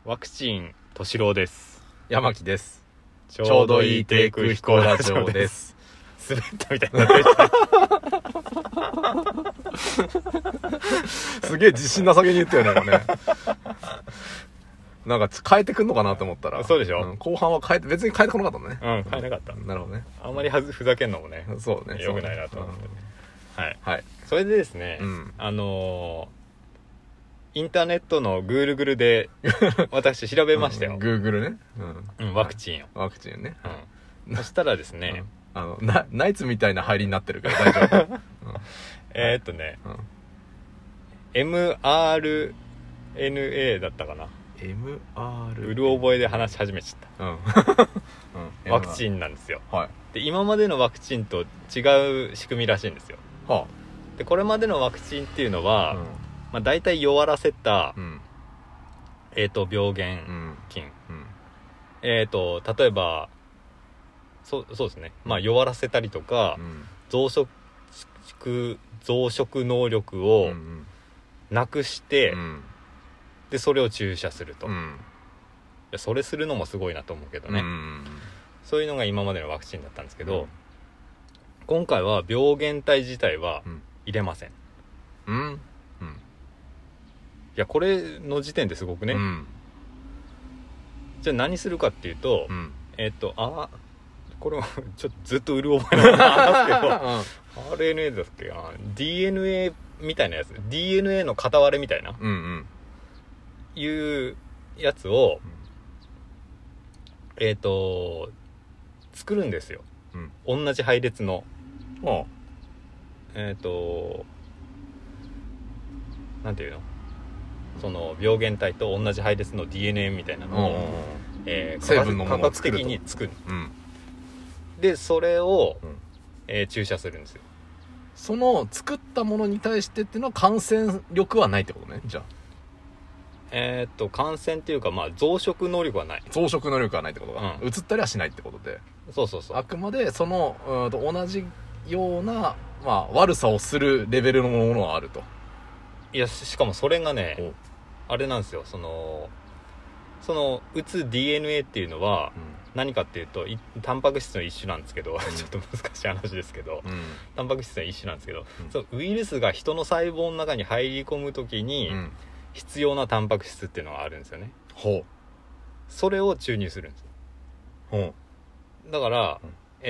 ワクチン敏郎です。 山木です。 ちょうどいい低空飛行ラジオです。滑ったみたいになってるすげえ自信なさげに言ったよね、もうね。なんか変えてくんのかなと思ったら、 そうでしょ、 後半は別に変えてこなかったのね。 変えなかった。 なるほどね。 あんまりふざけんのもね、 そうね、 良くないなと思って、はい。それでですね、インターネットのグーグルで私調べましたよ。 グーグルね、 ワクチンを。 ワクチンね。 そしたらですね、 ナイツみたいな入りになってるから大丈夫。 mRNA だったかな。 MR うる覚えで話し始めちゃった、ワクチンなんですよ、で今までのワクチンと違う仕組みらしいんですよ、でこれまでのワクチンっていうのは、だいたい弱らせた、病原菌、例えばそうですね、弱らせたりとか、増殖能力をなくして、でそれを注射すると、いやそれするのもすごいなと思うけどね、そういうのが今までのワクチンだったんですけど、今回は病原体自体は入れません。いやこれの時点ですごくね、じゃあ何するかっていうと、これはちょっとずっとうる覚えなんですけどRNA だっけ、DNA みたいなやつ、 DNA の片割れみたいな、いうやつを、作るんですよ、同じ配列の、なんていうの、その病原体と同じ配列の DNA みたいなのを、 成分のものを科学的に作る、でそれを、注射するんですよ。 その作ったものに対してっていうのは感染力はないってことね、じゃあ。 感染っていうか、増殖能力はない。 増殖能力はないってことか、移ったりはしないってことで。 そうあくまでその同じような、悪さをするレベルのものはあると。 いやしかもそれがね、あれなんですよ、その打つ DNA っていうのは何かっていうと、タンパク質の一種なんですけど、ちょっと難しい話ですけど、タンパク質の一種なんですけど、そのウイルスが人の細胞の中に入り込むときに、必要なタンパク質っていうのがあるんですよね。それを注入するんですよ。だから、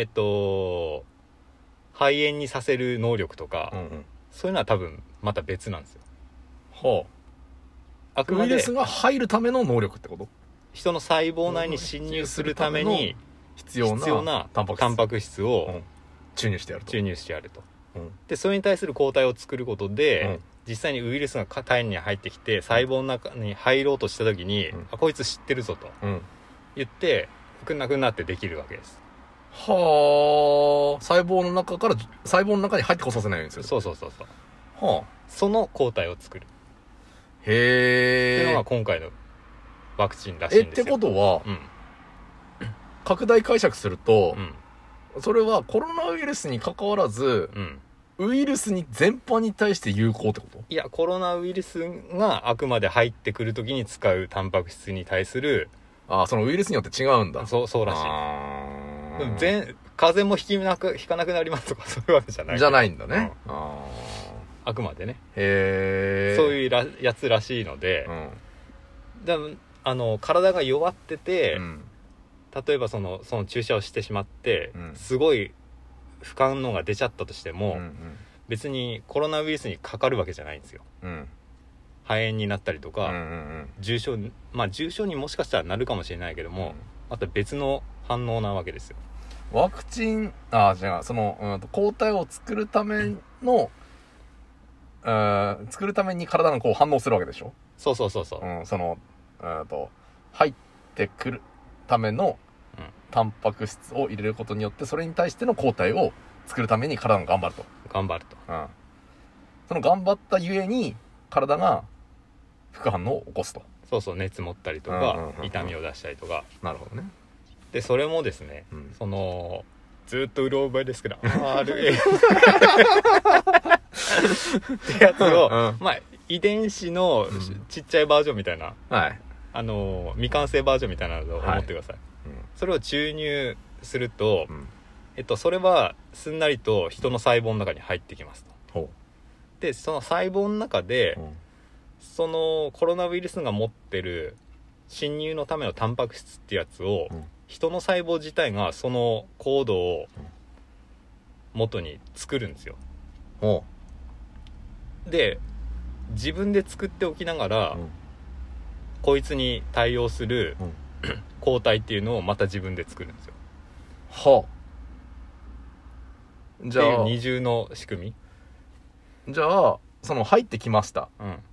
肺炎にさせる能力とか、そういうのは多分また別なんですよ。あくまでウイルスが入るための能力ってこと？ 人の細胞内に侵入するために必要なタンパク質を注入してやると、でそれに対する抗体を作ることで、実際にウイルスが体に入ってきて細胞の中に入ろうとした時に、こいつ知ってるぞと、言ってくんなってできるわけです。 細胞の中に入ってこさせないようにする。 そう、その抗体を作るっていうのが今回のワクチンらしいんですよ。 ってことは、拡大解釈すると、それはコロナウイルスに関わらず、ウイルスに全般に対して有効ってこと？ いや、コロナウイルスがあくまで入ってくるときに使うタンパク質に対する、 そのウイルスによって違うんだ。 そうらしい。風邪もひかなくなりますとかそういうわけじゃないんだね。あくまでね、そういうやつらしいので、体が弱ってて、例えばその注射をしてしまって、すごい不感能が出ちゃったとしても、別にコロナウイルスにかかるわけじゃないんですよ。肺炎になったりとか、重症にもしかしたらなるかもしれないけども、また別の反応なわけですよ。 ワクチンその抗体を作るための、作るために体がこう反応するわけでしょ。 そう、 その入ってくるためのタンパク質を入れることによって、それに対しての抗体を作るために体が頑張ると、その頑張ったゆえに体が副反応を起こすと。 そう、熱持ったりとか、痛みを出したりとか。 なるほどね。 でそれもですね、ずっとうろ覚えですけどRA ってやつを、遺伝子のちっちゃいバージョンみたいな未完成バージョンみたいなのを思ってください、それを注入すると、それはすんなりと人の細胞の中に入ってきますと。でその細胞の中で、そのコロナウイルスが持ってる侵入のためのタンパク質ってやつを、人の細胞自体がそのコードを元に作るんですよ。で自分で作っておきながら、こいつに対応する、抗体っていうのをまた自分で作るんですよ。じゃあっていう二重の仕組み。じゃあその入ってきました、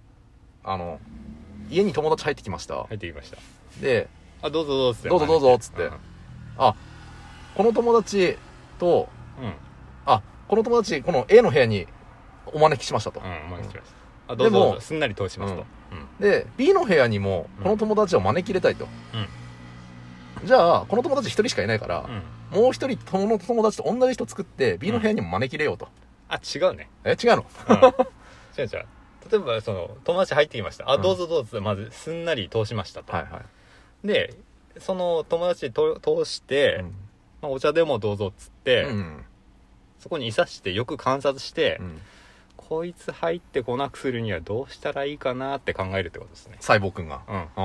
家に友達入ってきました。 入ってきました。 でどうぞどうぞっつって、 どうぞどうぞっつって、この友達と、この友達この A の部屋にお招きしましたと。 お招きしました。どうぞどうぞ、すんなり通しますと。 で B の部屋にもこの友達を招き入れたいと。じゃあこの友達一人しかいないから、もう一人この友達と同じ人作って B の部屋にも招き入れようと。 違うね。 違うの？ 違う。例えばその友達入ってきました。どうぞどうぞ、まずすんなり通しましたと。でその友達通して、お茶でもどうぞっつって、そこにいさしてよく観察して、こいつ入ってこなくするにはどうしたらいいかなって考えるってことですね。 細胞くんが。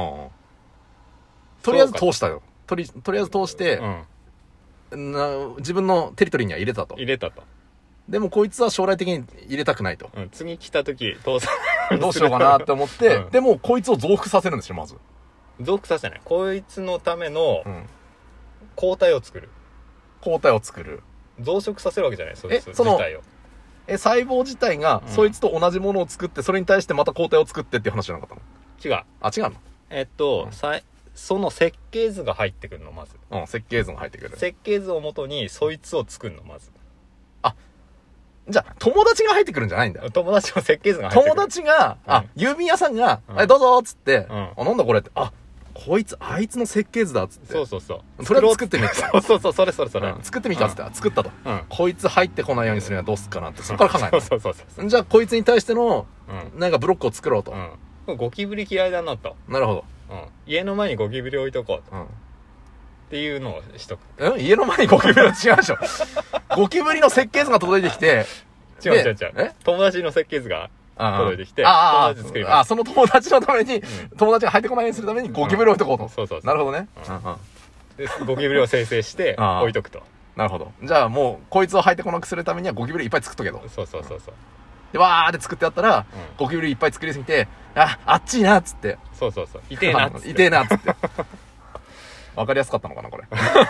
とりあえず通したよ。とりあえず通して、自分のテリトリーには入れたと。でもこいつは将来的に入れたくないと。 次来た時どうしようかなって思って、でもこいつを増幅させるんですよ。まず増幅させない。こいつのための抗体を作る。増殖させるわけじゃない。そいつ自体を。 細胞自体がそいつと同じものを作って、それに対してまた抗体を作ってっていう話じゃなかったの？違う。違うの？その設計図が入ってくるのまず。 設計図が入ってくる。 設計図をもとにそいつを作るのまず。 じゃあ友達が入ってくるんじゃないんだ。 友達の設計図が入ってくる。 友達が郵便屋さんがどうぞっつって、なんだこれって、こいつあいつの設計図だっつって。 そうそれを作ってみた。 そうそれ、 作ってみたっつって作ったと。こいつ入ってこないようにするにはどうすっかなって、そこから考える。 そうじゃあこいつに対してのなんかブロックを作ろうと。 ゴキブリ嫌いだなと。 なるほど。 家の前にゴキブリ置いとこうと。っていうのをしとく。家の前にゴキブリは違うでしょ。ゴキブリの設計図が届いてきて。 違う。友達の設計図が届いてきて、 友達作ります。その友達のために、友達が入ってこないようにするためにゴキブリ置いとこうと。 そう。 なるほどね。 でゴキブリを生成して置いとくと。 なるほど。じゃあもう、こいつを入ってこなくするためにはゴキブリいっぱい作っとけと。 そう。 で、わーって作ってやったら、ゴキブリいっぱい作りすぎて、あっちいなっつって。 そう。痛えなっつって。 痛えなっつって。わかりやすかったのかな、これ。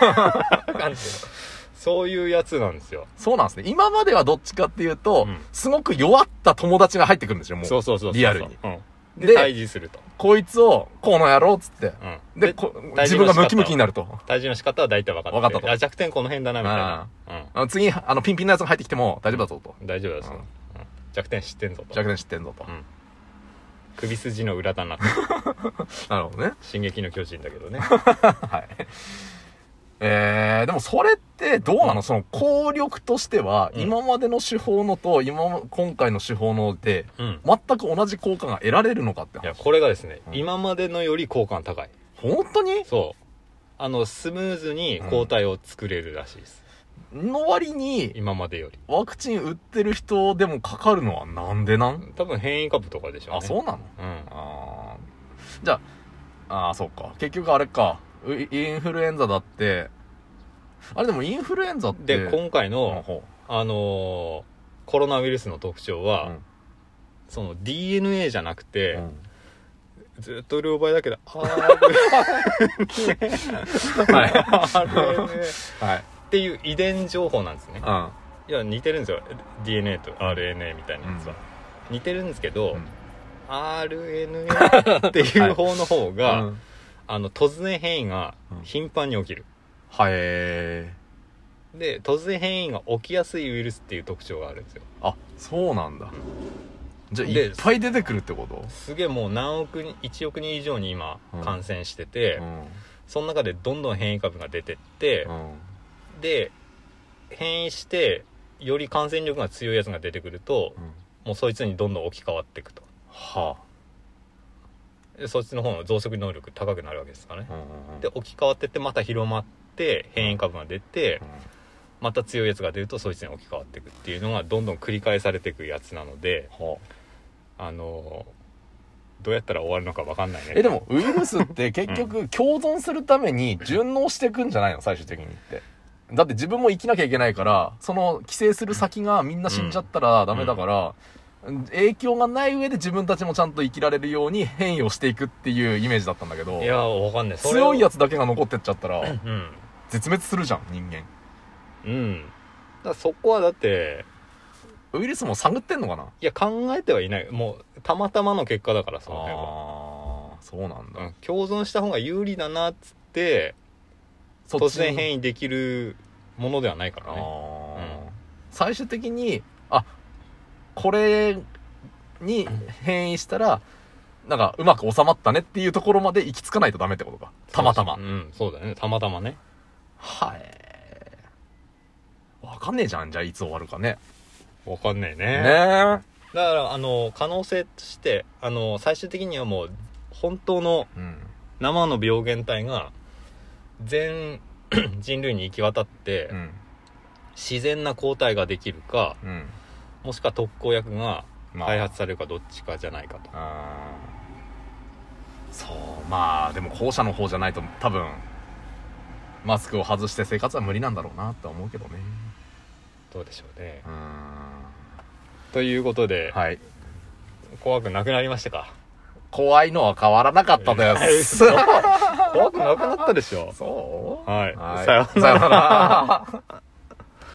そういうやつなんですよ。 そうなんですね。今まではどっちかっていうと、すごく弱った友達が入ってくるんですよ、もう。 そう。 リアルに。 で、対峙すると。 こいつを、この野郎っつって。で、自分がムキムキになると。 対峙の仕方は大体分かった。 分かったと。 弱点この辺だな、みたいな。 次、ピンピンのやつが入ってきても大丈夫だぞと。 大丈夫だぞ。弱点知ってんぞと。首筋の裏だな。 なるほどね。 進撃の巨人だけどね。 はい。でもそれってどうなの？その効力としては、今までの手法のと今回の手法ので、全く同じ効果が得られるのかって話。 いや、これがですね、今までのより効果が高い。 本当に？ そう。スムーズに抗体を作れるらしいです。 の割に、 今までより。 ワクチン打ってる人でもかかるのはなんでなん？ 多分変異株とかでしょうね。 そうなの？じゃあ、そうか。結局あれか。インフルエンザだって、あれでもインフルエンザって。 で、今回の、コロナウイルスの特徴は、その DNA じゃなくて、ずっとうる覚えだけど、RNA っていう遺伝情報なんですね。いや、似てるんですよ。DNA と RNA みたいなやつは。似てるんですけど、RNA っていう方の方が、突然変異が頻繁に起きる。で、突然変異が起きやすいウイルスっていう特徴があるんですよ。 そうなんだ。じゃあいっぱい出てくるってこと？ すげえ、もう1億人以上に今感染してて、その中でどんどん変異株が出てって、で変異してより感染力が強いやつが出てくると、もうそいつにどんどん置き換わっていくと。 そっちの方の増殖能力高くなるわけですからね、 うんうん、 で置き換わってってまた広まって変異株が出て、うん、また強いやつが出るとそいつに置き換わっていくっていうのがどんどん繰り返されていくやつなので、はあ、どうやったら終わるのか分かんないね。 でもウイルスって結局共存するために順応していくんじゃないの最終的にって。だって自分も生きなきゃいけないからその寄生する先がみんな死んじゃったらダメだから、影響がない上で自分たちもちゃんと生きられるように変異をしていくっていうイメージだったんだけど、 いや分かんない、 強いやつだけが残ってっちゃったら、うん、絶滅するじゃん人間。 うんだからそこはだってウイルスも探ってんのかな。 いや考えてはいない、もうたまたまの結果だからその辺は。 ああそうなんだ、うん、 共存した方が有利だなっつって突然変異できるものではないからね、 うん、最終的にこれに変異したらなんかうまく収まったねっていうところまで行き着かないとダメってことか。たまたま。 そうだね、たまたまね。 はい。わかんねえじゃん、じゃあいつ終わるかね。 わかんねえね。 ねえ。 だから可能性として最終的にはもう本当の生の病原体が全人類に行き渡って、うん、自然な抗体ができるか、うん、もしくは特効薬が開発されるかどっちかじゃないかと、 そうまあでも後者の方じゃないと多分マスクを外して生活は無理なんだろうなとは思うけどね。 どうでしょうね。ということで、はい、怖くなくなりましたか。 怖いのは変わらなかったです。 怖くなくなったでしょ。 そう、 はい、 はい、 さようなら。